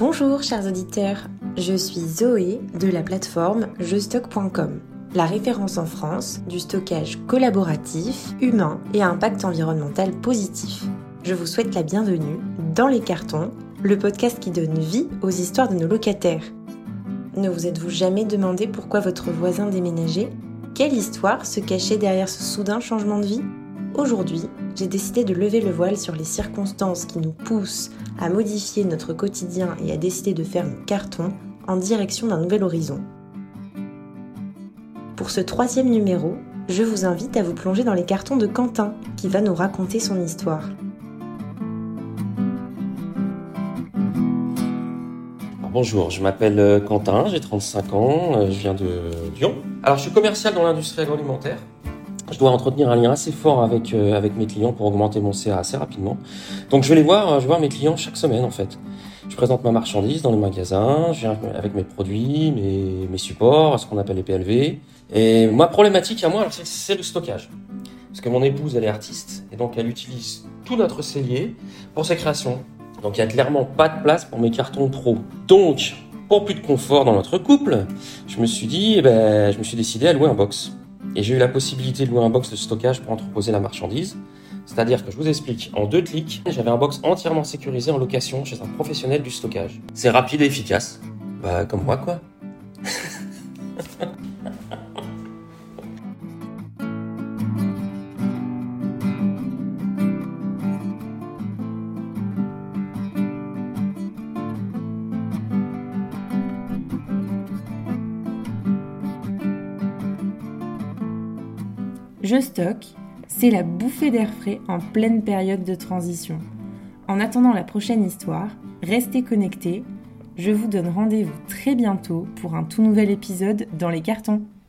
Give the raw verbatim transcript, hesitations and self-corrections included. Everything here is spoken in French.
Bonjour chers auditeurs, je suis Zoé de la plateforme je stock point com, la référence en France du stockage collaboratif, humain et à impact environnemental positif. Je vous souhaite la bienvenue dans Les Cartons, le podcast qui donne vie aux histoires de nos locataires. Ne vous êtes-vous jamais demandé pourquoi votre voisin déménageait ? Quelle histoire se cachait derrière ce soudain changement de vie ? Aujourd'hui, j'ai décidé de lever le voile sur les circonstances qui nous poussent à modifier notre quotidien et à décider de faire nos cartons en direction d'un nouvel horizon. Pour ce troisième numéro, je vous invite à vous plonger dans les cartons de Quentin, qui va nous raconter son histoire. Alors bonjour, je m'appelle Quentin, j'ai trente-cinq ans, je viens de Lyon. Alors je suis commercial dans l'industrie agroalimentaire. Je dois entretenir un lien assez fort avec, euh, avec mes clients pour augmenter mon C A assez rapidement. Donc je vais les voir, je vais voir mes clients chaque semaine en fait. Je présente ma marchandise dans les magasins, je viens avec mes produits, mes, mes supports, ce qu'on appelle les P L V. Et ma problématique à moi, alors, c'est, c'est le stockage. Parce que mon épouse, elle est artiste, et donc elle utilise tout notre cellier pour ses créations. Donc il n'y a clairement pas de place pour mes cartons pro. Donc, pour plus de confort dans notre couple, je me suis dit, eh ben, je me suis décidé à louer un box. Et j'ai eu la possibilité de louer un box de stockage pour entreposer la marchandise. C'est-à-dire que je vous explique, en deux clics, j'avais un box entièrement sécurisé en location chez un professionnel du stockage. C'est rapide et efficace. Bah, comme moi, quoi. Je stocke, c'est la bouffée d'air frais en pleine période de transition. En attendant la prochaine histoire, restez connectés. Je vous donne rendez-vous très bientôt pour un tout nouvel épisode dans Les Cartons.